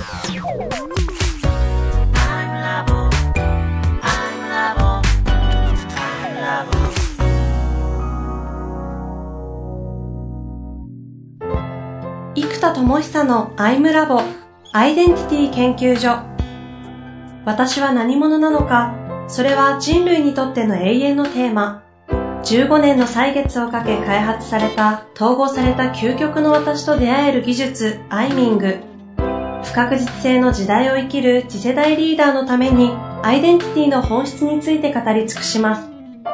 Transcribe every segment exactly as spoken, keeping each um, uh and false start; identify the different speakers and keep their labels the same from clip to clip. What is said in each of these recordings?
Speaker 1: 生田智久のアイムラボアイデンティティ研究所。私は何者なのか、それは人類にとっての永遠のテーマ。じゅうごねんの歳月をかけ開発された統合された究極の私と出会える技術アイミング。不確実性の時代を生きる次世代リーダーのためにアイデンティティの本質について語り尽くします。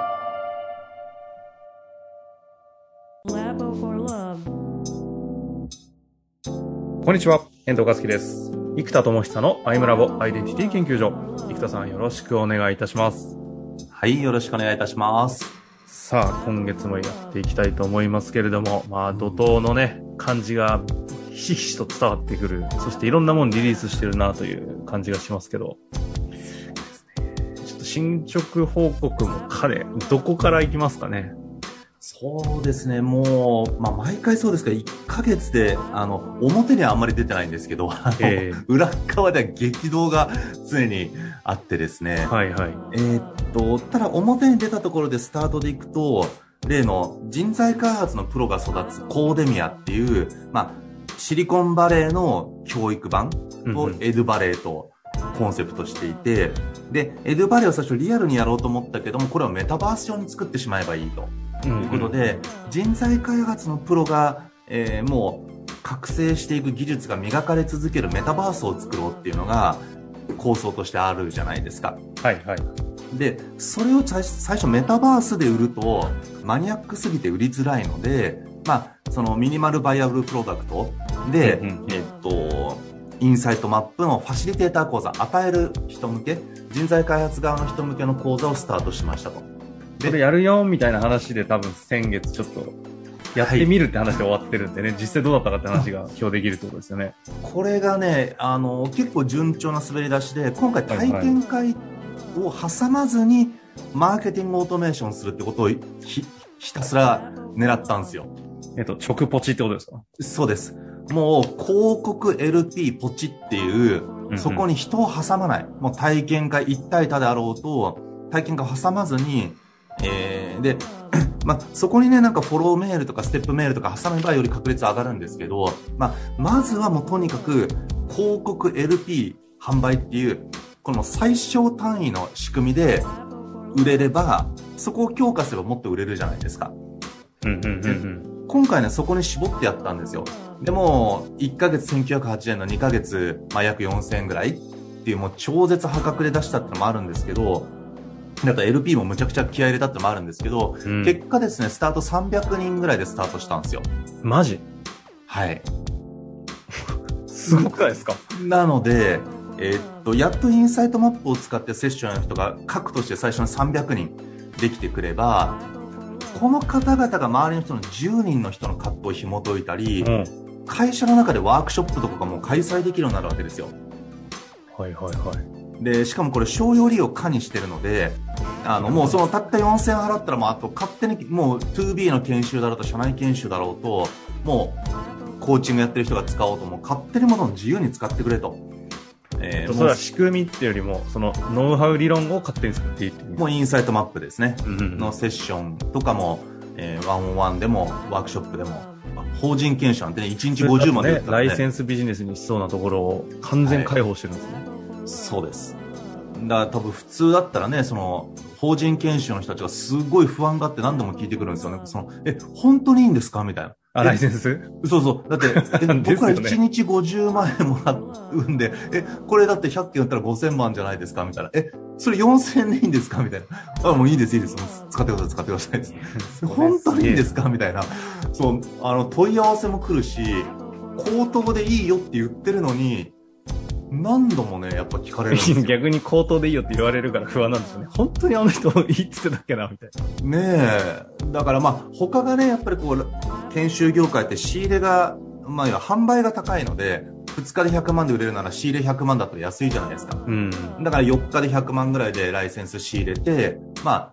Speaker 2: こんにちは、遠藤和樹です。生田智久のアイムラボアイデンティティ研究所。生田さん、よろしくお願いいたします。
Speaker 3: はい、よろしくお願いいたします。
Speaker 2: さあ、今月もやっていきたいと思いますけれども、まあ、怒涛のね、感じがひしひしと伝わってくる。そしていろんなものリリースしてるなという感じがしますけど、ちょっと進捗報告も彼、どこからいきますかね。
Speaker 3: そうですね、もう、まあ、毎回そうですけど、いっかげつで、あの、表にはあんまり出てないんですけど、あの、えー、裏側では激動が常にあってですね。
Speaker 2: はいはい。
Speaker 3: えー、っと、ただ表に出たところでスタートでいくと、例の人材開発のプロが育つコーデミアっていう、まあ、シリコンバレーの教育版をエドバレーとコンセプトしていて、で、エドバレーを最初リアルにやろうと思ったけども、これをメタバース上に作ってしまえばいいと。ということで、うんうん、人材開発のプロが、えー、もう覚醒していく技術が磨かれ続けるメタバースを作ろうっていうのが構想としてあるじゃないですか。
Speaker 2: はいはい。
Speaker 3: で、それを最初メタバースで売るとマニアックすぎて売りづらいので、まあ、そのミニマルバイアブルプロダクトで、うんうん、えっと、インサイトマップのファシリテーター講座、与える人向け、人材開発側の人向けの講座をスタートしましたと。
Speaker 2: これやるよみたいな話で多分先月ちょっとやってみるって話で終わってるんでね、はい、実際どうだったかって話が今日できるってことですよね。
Speaker 3: これがね、あの結構順調な滑り出しで、今回体験会を挟まずにマーケティングオートメーションするってことを ひ, ひたすら狙ったんですよ。
Speaker 2: えっと直ポチってことですか？
Speaker 3: そうです。もう広告 エルピー ポチっていう、うんうん、そこに人を挟まない、もう体験会一対多であろうと体験会を挟まずに、えー、で、まあ、そこにね、なんかフォローメールとかステップメールとか挟めばより確率上がるんですけど、まあ、まずはもうとにかく広告 エルピー 販売っていう、この最小単位の仕組みで売れれば、そこを強化すればもっと売れるじゃないですか。
Speaker 2: うんうんうんうん、
Speaker 3: 今回ね、そこに絞ってやったんですよ。でも、いっかげつせんきゅうひゃくはちえんのにかげつ、まあ、約よんせんえんぐらいっていうもう超絶破格で出したってのもあるんですけど、だから エルピー もむちゃくちゃ気合い入れたってのもあるんですけど、うん、結果ですね、スタートさんびゃくにんぐらいでスタートしたんですよ。
Speaker 2: マジ？
Speaker 3: はい。
Speaker 2: すごくないですか？
Speaker 3: なので、えー、っと、やっとインサイトマップを使ってセッションの人が核として最初のさんびゃくにんできてくれば、この方々が周りの人のじゅうにんの人の葛藤を紐解いたり、うん、会社の中でワークショップとかがもう開催できるようになるわけですよ。
Speaker 2: はいはいはい。
Speaker 3: で、しかもこれ商用利用可にしてるので、あの、もうそのたったよんせんえん払ったら、もうあと勝手に、もう ツービー の研修だろうと、社内研修だろうと、もう、コーチングやってる人が使おうと、もう勝手にものを自由に使ってくれと。
Speaker 2: えー、それは仕組みっていうよりも、そのノウハウ理論を勝手に作っていいっていう。
Speaker 3: もうインサイトマップですね。うんうん、のセッションとかも、えー、ワンオンワンでも、ワークショップでも、法人研修なんてね、いちにちごじゅうまんで売ったらね、
Speaker 2: ライセンスビジネスにしそうなところを完全開放してるんですね。はい、
Speaker 3: そうです。だから多分普通だったらね、その法人研修の人たちがすごい不安があって何度も聞いてくるんですよね。そのえ本当にいいんですかみたいな。
Speaker 2: あ、ライセンス？
Speaker 3: そうそう。だってえ僕らいちにちごじゅうまんえんもらうんで、えこれだってひゃっけん売ったらごせんまんじゃないですかみたいな。えそれよんせんえんでいいんですかみたいな。あもういいですいいです。使ってください使ってくださいです。本当にいいんですかみたいな。そうあの問い合わせも来るし、口頭でいいよって言ってるのに。何度もね、やっぱ聞かれるんですよ。
Speaker 2: 逆に口頭でいいよって言われるから不安なんですよね。本当にあの人いいって言ってたっけなみたい
Speaker 3: な。ねえ。だからまあ、他がね、やっぱりこう、研修業界って仕入れが、まあ、販売が高いので、ふつかでひゃくまんで売れるなら仕入れひゃくまんだと安いじゃないですか。うん。だからよっかでひゃくまんぐらいでライセンス仕入れて、まあ、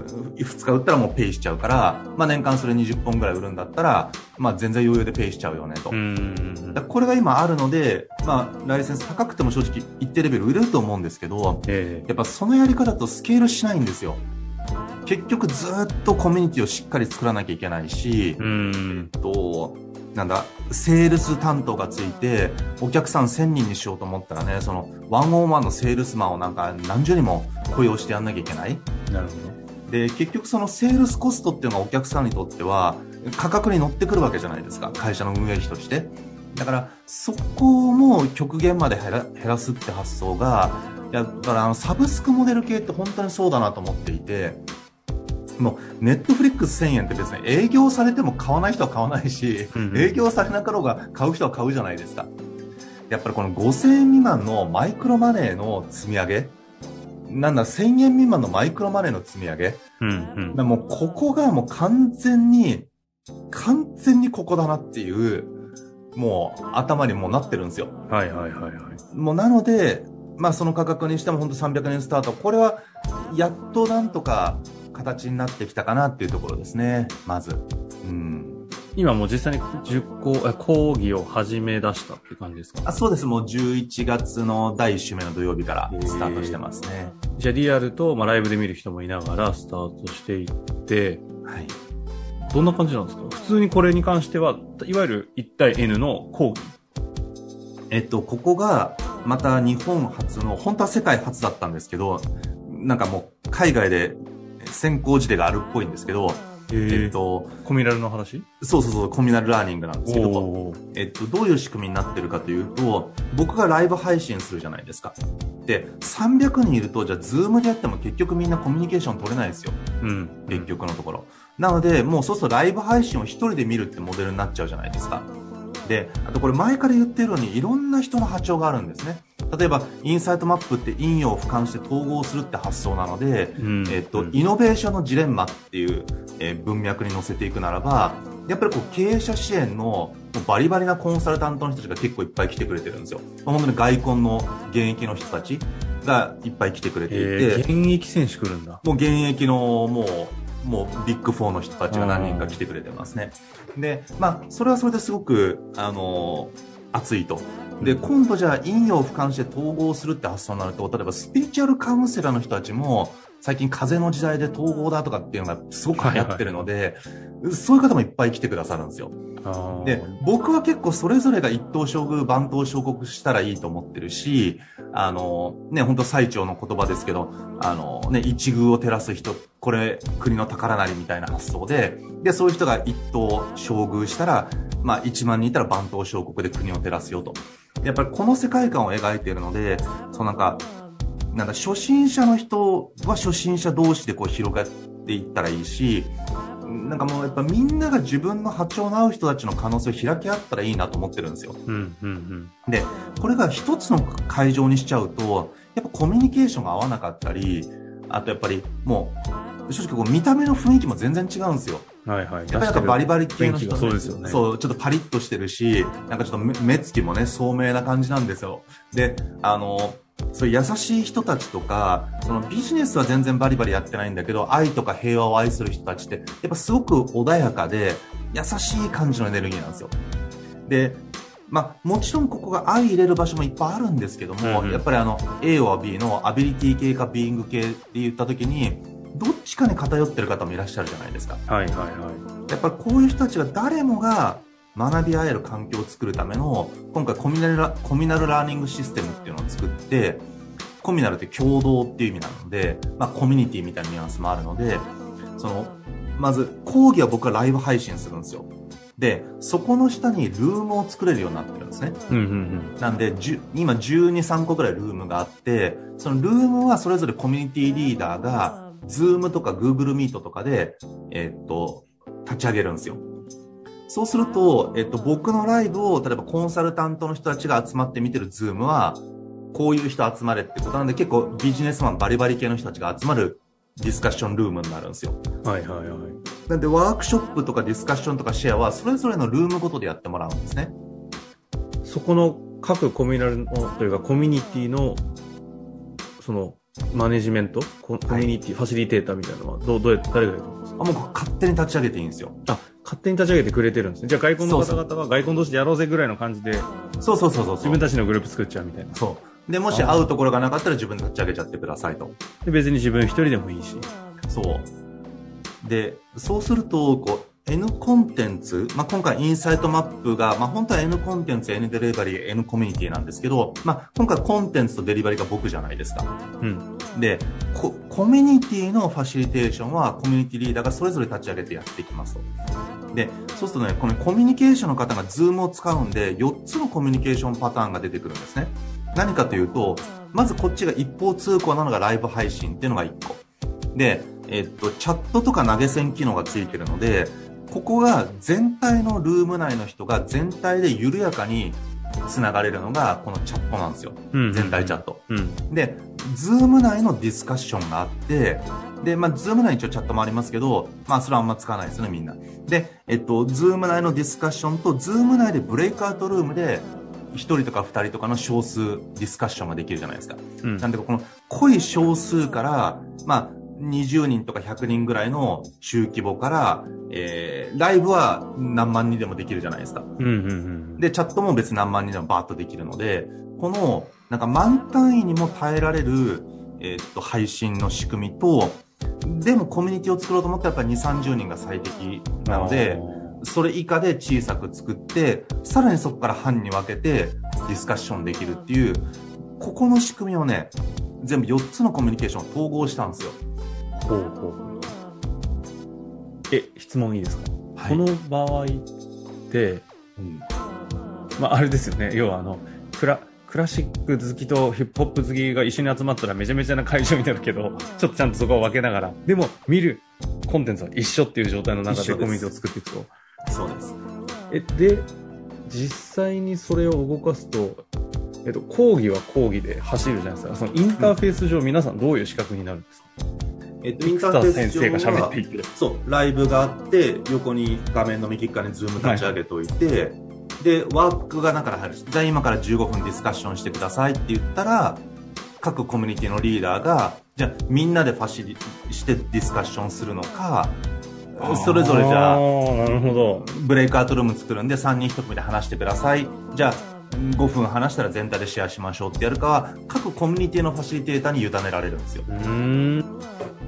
Speaker 3: ふつか売ったらもうペイしちゃうから、まあ年間それにじゅっぽんぐらい売るんだったら、まあ全然余裕でペイしちゃうよねと。
Speaker 2: うん
Speaker 3: だこれが今あるので、まあライセンス高くても正直一定レベル売れると思うんですけど、
Speaker 2: え
Speaker 3: やっぱそのやり方だとスケールしないんですよ。結局ずっとコミュニティをしっかり作らなきゃいけないし、
Speaker 2: うん
Speaker 3: えっと、なんだ、セールス担当がついて、お客さんせんにんにしようと思ったらね、その、ワンオンワンのセールスマンをなんか何十人も雇用してやんなきゃいけない。
Speaker 2: なるほど。
Speaker 3: で、結局そのセールスコストっていうのがお客さんにとっては、価格に乗ってくるわけじゃないですか。会社の運営費として。だから、そこも極限まで減ら、減らすって発想が、いや、だからあの、サブスクモデル系って本当にそうだなと思っていて、もう、ネットフリックスせんえんって別に営業されても買わない人は買わないし、うんうん、営業されなかろうが買う人は買うじゃないですか。やっぱりこのごせんえん未満のマイクロマネーの積み上げ、なんだ、せんえん未満のマイクロマネーの積み上げ、うんうん、だもうここがもう完全に、完全にここだなっていう、もう頭にもうなってるんですよ。
Speaker 2: はいはいはいはい。
Speaker 3: もうなので、まあその価格にしても本当さんびゃくえんスタート、これはやっとなんとか、形になってきたかなっていうところですね、まず。うん、
Speaker 2: 今もう実際に塾講、講義を始め出したって感じですか？
Speaker 3: あ、そうです。もうじゅういちがつのだいいっ週目の土曜日からスタートしてますね。
Speaker 2: じゃあリアルと、まあ、ライブで見る人もいながらスタートしていって、はい。どんな感じなんですか？普通にこれに関しては、いわゆるいち対 N の講義。
Speaker 3: えっと、ここがまた日本初の、本当は世界初だったんですけど、なんかもう海外で先行事例があるっぽいんですけど、えっと、
Speaker 2: コミナルの話？
Speaker 3: そうそうそう、コミナルラーニングなんですけど、えっと、どういう仕組みになってるかというと、僕がライブ配信するじゃないですか。で、さんびゃくにんいると、じゃあ、ズームでやっても結局みんなコミュニケーション取れないですよ。うん。結局のところ。なので、もうそうするとライブ配信を一人で見るってモデルになっちゃうじゃないですか。で、あとこれ前から言ってるように、いろんな人の波長があるんですね。例えば、インサイトマップって陰陽を俯瞰して統合するって発想なので、うん、えっと、イノベーションのジレンマっていう、えー、文脈に乗せていくならば、やっぱりこう経営者支援のバリバリなコンサルタントの人たちが結構いっぱい来てくれてるんですよ。本当に外婚の現役の人たちがいっぱい来てくれていて。
Speaker 2: えー、現役選手来るんだ。
Speaker 3: もう現役のもう、もうビッグフォーの人たちが何人か来てくれてますね。で、まあ、それはそれですごく、あのー、熱いと。で、今度じゃあ陰陽を俯瞰して統合するって発想になると、例えばスピリチュアルカウンセラーの人たちも、最近風の時代で統合だとかっていうのがすごく流行ってるので、はいはい、そういう方もいっぱい来てくださるんですよ。で、僕は結構それぞれが一等将軍、万等小国したらいいと思ってるし、あの、ね、本当最長の言葉ですけど、あの、ね、一宮を照らす人、これ国の宝なりみたいな発想で、で、そういう人が一等将軍したら、まあ一万人いたら万等小国で国を照らすよと。やっぱりこの世界観を描いているので、そうなんか、なんか初心者の人は初心者同士でこう広がっていったらいいし、なんかもうやっぱみんなが自分の波長の合う人たちの可能性を開き合ったらいいなと思ってるんですよ。うんうんうん、で、これが一つの会場にしちゃうと、やっぱコミュニケーションが合わなかったり、あとやっぱりもう、正直こう見た目の雰囲気も全然違うんですよ。
Speaker 2: はいはい。
Speaker 3: やっぱりなんかバリバリ系の人、
Speaker 2: そうですよね。
Speaker 3: そう、ちょっとパリッとしてるし、なんかちょっと目、目つきもね、聡明な感じなんですよ。で、あの、そういう優しい人たちとか、そのビジネスは全然バリバリやってないんだけど、愛とか平和を愛する人たちって、やっぱすごく穏やかで、優しい感じのエネルギーなんですよ。で、まあ、もちろんここが愛入れる場所もいっぱいあるんですけども、うんうん、やっぱりあの、A は B のアビリティ系かビーイング系って言った時に、どっちかに偏ってる方もいらっしゃるじゃないですか。
Speaker 2: はいはいはい。
Speaker 3: やっぱりこういう人たちが誰もが学び合える環境を作るための、今回コミナルラ、コミナルラーニングシステムっていうのを作って、コミナルって共同っていう意味なので、まあコミュニティみたいなニュアンスもあるので、その、まず講義は僕はライブ配信するんですよ。で、そこの下にルームを作れるようになってるんですね。うんうんうん、なんで、今じゅうに、さんこくらいルームがあって、そのルームはそれぞれコミュニティリーダーが、Zoom とか Google Meet とかで、えー、っと、立ち上げるんですよ。そうすると、えっと、僕のライブを、例えばコンサルタントの人たちが集まって見てる Zoom は、こういう人集まれってことなんで、結構ビジネスマンバリバリ系の人たちが集まるディスカッションルームになるんですよ。はいはいはい。なんで、ワークショップとかディスカッションとかシェアは、それぞれのルームごとでやってもらうんですね。
Speaker 2: そこの各コミュナルの、というかコミュニティの、その、 マネジメントコミュニティ、はい、ファシリテーターみたいなのは、どう、どうやって、誰がやるんですか？
Speaker 3: あ、もう勝手に立ち上げていいんですよ。
Speaker 2: あ、勝手に立ち上げてくれてるんですね。じゃあ外国の方々は外国同士でやろうぜぐらいの感じで、
Speaker 3: そうそうそうそう。
Speaker 2: 自分たちのグループ作っちゃうみたいな。
Speaker 3: そう。で、もし会うところがなかったら自分で立ち上げちゃってくださいと。
Speaker 2: で、別に自分一人でもいいし。
Speaker 3: そう。で、そうすると、こう、N コンテンツ、まあ、今回インサイトマップが、まあ、本当は N コンテンツ、N デリバリー、N コミュニティなんですけど、まあ、今回コンテンツとデリバリーが僕じゃないですか。
Speaker 2: うん。
Speaker 3: で、コ、コミュニティのファシリテーションはコミュニティリーダーがそれぞれ立ち上げてやっていきますと。で、そうするとね、このコミュニケーションの方が Zoom を使うんで、よっつのコミュニケーションパターンが出てくるんですね。何かというと、まずこっちが一方通行なのがライブ配信っていうのがいっこ。で、えっと、チャットとか投げ銭機能がついてるので、ここが全体のルーム内の人が全体で緩やかに繋がれるのがこのチャットなんですよ。うん、全体チャット。うん、で、ズーム内のディスカッションがあって、で、まあ、ズーム内に一応チャットもありますけど、まあ、それはあんま使わないですよね、みんな。で、えっと、ズーム内のディスカッションと、ズーム内でブレイクアウトルームで、ひとりとかふたりとかの少数ディスカッションができるじゃないですか。うん、なんで、この濃い少数から、まあ、にじゅうにんとかひゃくにんぐらいの中規模から、えー、ライブは何万人でもできるじゃないですか。
Speaker 2: うんうんうん、
Speaker 3: で、チャットも別に何万人でもバーッとできるので、この、なんか満単位にも耐えられる、えー、っと、配信の仕組みと、でもコミュニティを作ろうと思ったらやっぱりにじゅう、さんじゅうにんが最適なので、それ以下で小さく作って、さらにそこから班に分けてディスカッションできるっていう、ここの仕組みをね、全部よっつのコミュニケーションを統合したんですよ。
Speaker 2: ほうほう。え、質問いいですか？はい、この場合って、うん、まあ、あれですよね。要はあの、クラ、クラシック好きとヒップホップ好きが一緒に集まったらめちゃめちゃな会場になるけど、ちょっとちゃんとそこを分けながら、でも見るコンテンツは一緒っていう状態の中でコミュニティを作っていくと。
Speaker 3: そうです。
Speaker 2: え、で、実際にそれを動かすと、えっと、講義は講義で走るじゃないですか。そのインターフェース上、皆さんどういう資格になるんですか？
Speaker 3: えっと、インターフェース上は
Speaker 2: 先生が喋っていて、
Speaker 3: そう、ライブがあって、横に画面の右側にズーム立ち上げておいて、はい、で、ワークが中から入るし、じゃあ今からじゅうごふんディスカッションしてくださいって言ったら、各コミュニティのリーダーが、じゃあみんなでファシリしてディスカッションするのか、それぞれじゃあ、
Speaker 2: なるほど。
Speaker 3: ブレイクアウトルーム作るんでさんにんひと組で話してください。じゃあ、ごふん話したら全体でシェアしましょうってやるかは、各コミュニティのファシリテーターに委ねられるんですよ。
Speaker 2: うーん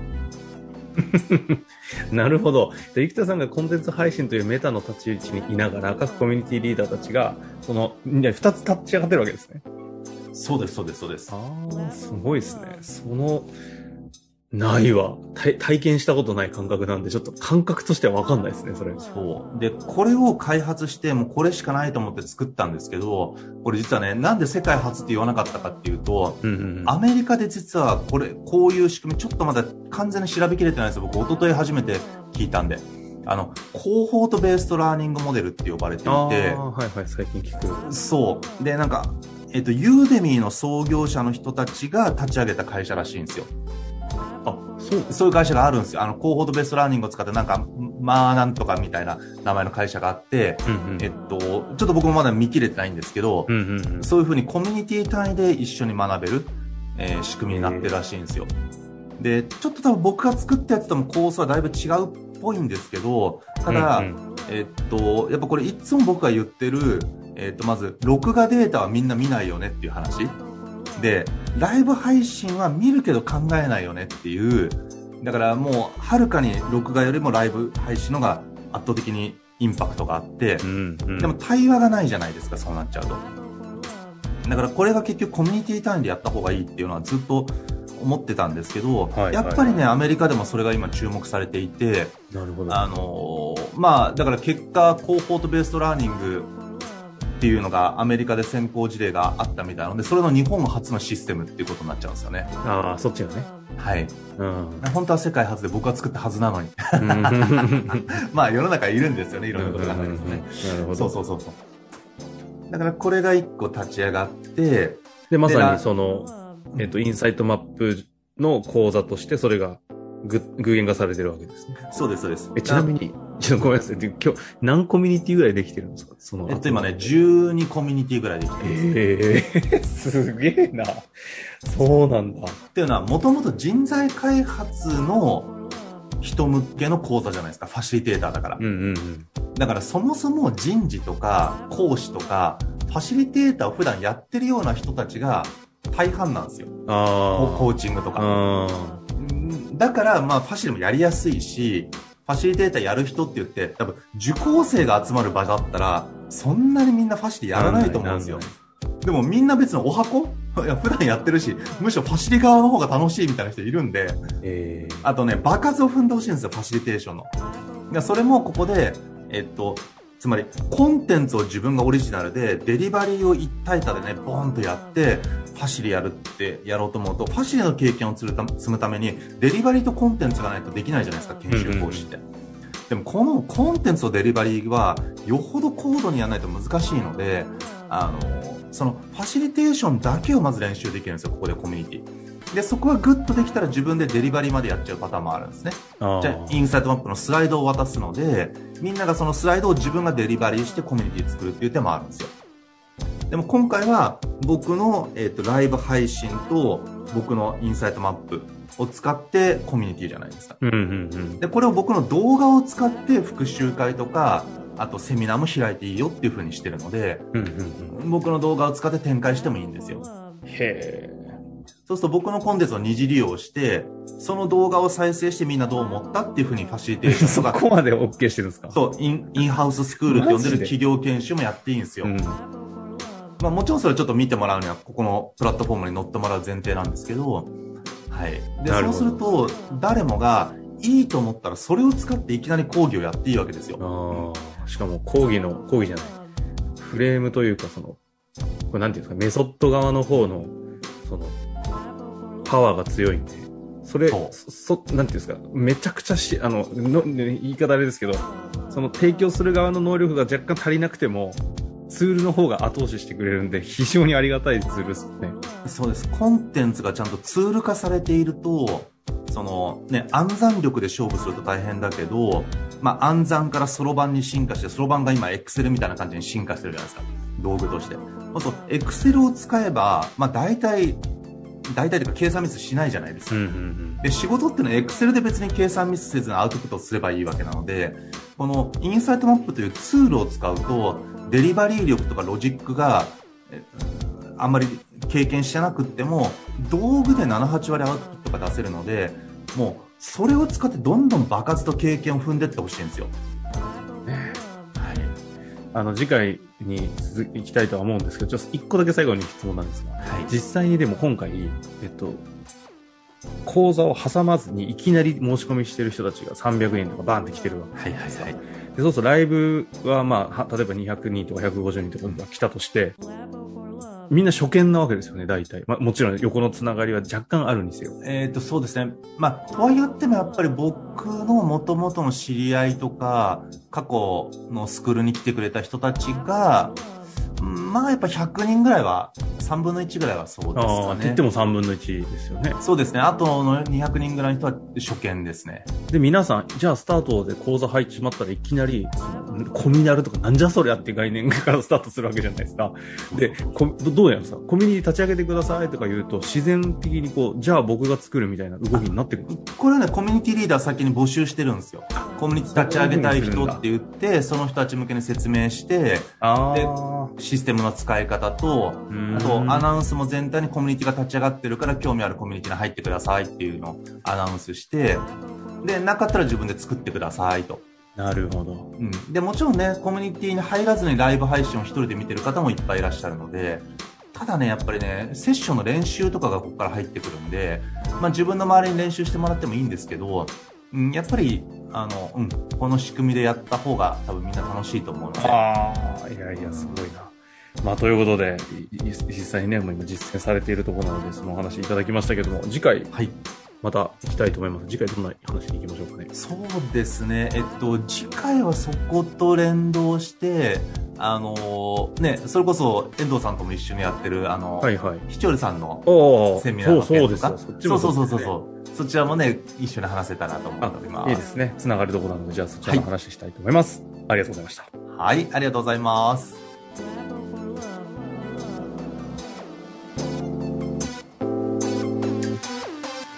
Speaker 2: なるほど。で、生田さんがコンテンツ配信というメタの立ち位置にいながら、各コミュニティリーダーたちが、その、ふたつ立ち上がってるわけですね。
Speaker 3: そうです、そうです、そうです。
Speaker 2: ああ、すごいですね。その、ないわ。体験したことない感覚なんで、ちょっと感覚としては分かんないですね、それ。
Speaker 3: そう。で、これを開発して、もうこれしかないと思って作ったんですけど、これ実はね、なんで世界初って言わなかったかっていうと、うんうんうん、アメリカで実はこれ、こういう仕組み、ちょっとまだ完全に調べきれてないんですよ。僕、一昨日初めて聞いたんで。あの、コーホートベーストラーニングモデルって呼ばれていて。ああ、
Speaker 2: はいはい、最近聞く。
Speaker 3: そう。で、なんか、えっと、ユーデミーの創業者の人たちが立ち上げた会社らしいんですよ。あ、そう、そういう会社があるんですよ。あの、コーホートベーストラーニングを使ってなんか、まあなんとかみたいな名前の会社があって、うんうん、えっと、ちょっと僕もまだ見切れてないんですけど、うんうんうん、そういうふうにコミュニティ単位で一緒に学べる、えー、仕組みになってるらしいんですよ。で、ちょっと多分僕が作ったやつとも構想はだいぶ違うっぽいんですけど、ただ、うんうん、えっと、やっぱこれいつも僕が言ってる、えっと、まず、録画データはみんな見ないよねっていう話。で、ライブ配信は見るけど考えないよねっていう、だからもう、はるかに録画よりもライブ配信のが圧倒的にインパクトがあって、うんうん、でも対話がないじゃないですか、そうなっちゃうと。だからこれが結局コミュニティ単位でやった方がいいっていうのはずっと思ってたんですけど、はいはい、やっぱりね、アメリカでもそれが今注目されていて、
Speaker 2: なるほど。
Speaker 3: あのー、まあ、だから結果、コーホートベーストラーニングっていうのがアメリカで先行事例があったみたいなので、それの日本初のシステムっていうことになっちゃうんですよね。
Speaker 2: ああ、そっちがね。
Speaker 3: はい。うん。本当は世界初で僕が作ったはずなのに。まあ世の中いるんですよね、いろんなことがあるんですね。なるほど。そうそうそうそう。だからこれが一個立ち上がって、
Speaker 2: で、まさにその、えっと、インサイトマップの講座としてそれが具現化されてるわけですね。
Speaker 3: そうです、そうです。
Speaker 2: え、ちなみに、ちょっとごめんなさい。今日、何コミュニティぐらいできてるんですか？その。
Speaker 3: えっと、今ね、じゅうにコミュニティぐらいできてるんです。
Speaker 2: ええー、すげえな。そうなんだ。
Speaker 3: っていうのは、もともと人材開発の人向けの講座じゃないですか。ファシリテーターだから。
Speaker 2: うんうんうん。
Speaker 3: だから、そもそも人事とか、講師とか、ファシリテーターを普段やってるような人たちが大半なんですよ。
Speaker 2: ああ。
Speaker 3: コーチングとか。
Speaker 2: あ
Speaker 3: だから、まあ、ファシリもやりやすいし、ファシリテーターやる人って言って、多分、受講生が集まる場だったら、そんなにみんなファシリやらないと思うんですよ。でもみんな別にお箱いや、普段やってるし、むしろファシリ側の方が楽しいみたいな人いるんで、えー、あとね、場数を踏んでほしいんですよ、ファシリテーションの。いや、それもここで、えっと、つまり、コンテンツを自分がオリジナルで、デリバリーを一体多でね、ボーンとやって、ファシリやるってやろうと思うと、ファシリの経験を積むために、デリバリーとコンテンツがないとできないじゃないですか、研修講師って。うんうん、でも、このコンテンツとデリバリーは、よほど高度にやらないと難しいので、あの、その、ファシリテーションだけをまず練習できるんですよ、ここでコミュニティ。で、そこがグッとできたら自分でデリバリーまでやっちゃうパターンもあるんですね。じゃあ、インサイトマップのスライドを渡すので、みんながそのスライドを自分がデリバリーしてコミュニティ作るっていう手もあるんですよ。でも今回は僕の、えーと、ライブ配信と僕のインサイトマップを使ってコミュニティじゃないですか。
Speaker 2: うんうんうん、
Speaker 3: で、これを僕の動画を使って復習会とか、あとセミナーも開いていいよっていう風にしてるので、
Speaker 2: うんうんうん、
Speaker 3: 僕の動画を使って展開してもいいんですよ。
Speaker 2: へー。
Speaker 3: そうすると僕のコンテンツを二次利用して、その動画を再生してみんなどう思ったっていう風にファシリテーションとか。
Speaker 2: そこまで OK してるんですか？
Speaker 3: そう、イン、インハウススクールって呼んでる企業研修もやっていいんですよ。うん、まあもちろんそれちょっと見てもらうには、ここのプラットフォームに乗ってもらう前提なんですけど、はい。で、そうすると、誰もがいいと思ったらそれを使っていきなり講義をやっていいわけですよ。
Speaker 2: あ、しかも講義の、講義じゃない。フレームというか、その、これなんていうんですか、メソッド側の方の、その、パワーが強いんで、それ、そ、そなんていうんですか、めちゃくちゃし、あの、の言い方あれですけど、その提供する側の能力が若干足りなくても、ツールの方が後押ししてくれるんで、非常にありがたいツールですね。
Speaker 3: そうです。コンテンツがちゃんとツール化されていると、そのね、暗算力で勝負すると大変だけど、まあ暗算からソロ版に進化して、ソロ版が今 Excel みたいな感じに進化してるじゃないですか。道具として。そう、Excel を使えば、まあ大体、大体というか計算ミスしないじゃないですか。うんうんうん、で、仕事ってのは Excel で別に計算ミスせずにアウトプットすればいいわけなので、このインサイトマップというツールを使うと、デリバリー力とかロジックが、あんまり経験してなくっても、道具でなな、はちわりアウトプットが出せるので、もう、それを使ってどんどん爆発と経験を踏んでいってほしいんですよ。
Speaker 2: はい。あの、次回に続きたいとは思うんですけど、ちょっと一個だけ最後に質問なんですが、はい、実際にでも今回、えっと、講座を挟まずにいきなり申し込みしてる人たちがさんびゃくにんとかバーンって来てるわけですよ。はいはいはい。で、そうするとライブはまあ、例えばにひゃくにんとかひゃくごじゅうにんとかが来たとして、みんな初見なわけですよね、大体。まあ、もちろん横のつながりは若干あるにせよ。
Speaker 3: えっと、そうですね。まあ、とは言ってもやっぱり僕の元々の知り合いとか、過去のスクールに来てくれた人たちが、まあやっぱひゃくにんぐらいは、さんぶんのいちぐらいはそうですかね。
Speaker 2: ああ、って言ってもさんぶんのいちですよね。
Speaker 3: そうですね。あとのにひゃくにんぐらいの人は初見ですね。
Speaker 2: で、皆さん、じゃあスタートで講座入ってしまったらいきなり、コミナルとかなんじゃそりゃっていう概念からスタートするわけじゃないですか。で、こどうやるんですか？コミュニティ立ち上げてくださいとか言うと、自然的にこう、じゃあ僕が作るみたいな動きになってくる。
Speaker 3: これはね、コミュニティリーダー先に募集してるんですよ。コミュニティ立ち上げたい人って言って、その人たち向けに説明して、
Speaker 2: あ
Speaker 3: で、システムの使い方と、あとアナウンスも全体にコミュニティが立ち上がってるから興味あるコミュニティに入ってくださいっていうのをアナウンスして、で、なかったら自分で作ってくださいと。
Speaker 2: なるほど。
Speaker 3: うん。で、もちろんね、コミュニティに入らずにライブ配信を一人で見てる方もいっぱいいらっしゃるので、ただね、やっぱりね、セッションの練習とかがここから入ってくるんで、まあ自分の周りに練習してもらってもいいんですけど、うん、やっぱり、あの、うん、この仕組みでやった方が多分みんな楽しいと思うので。
Speaker 2: ああ、いやいや、すごいな。まあ、ということで、実際にね、もう今実践されているところなので、そのお話いただきましたけども、次回、はい。また行きたいと思います。次回どんな話に行きましょうかね。
Speaker 3: そうですね。えっと、次回はそこと連動して、 あのー、ね、それこそ遠藤さんとも一緒にやってる、あの、
Speaker 2: はいはい。
Speaker 3: ひちょるさんのセミナー
Speaker 2: そうそう
Speaker 3: の件とか、
Speaker 2: ですよ。そっちも
Speaker 3: そうそう
Speaker 2: ですね
Speaker 3: そうそう。そちらもね、一緒に話せたらと思っております。
Speaker 2: いいですね。つながるところなので、じゃあそちらの話したいと思います。はい、ありがとうございました。
Speaker 3: はい、ありがとうございます。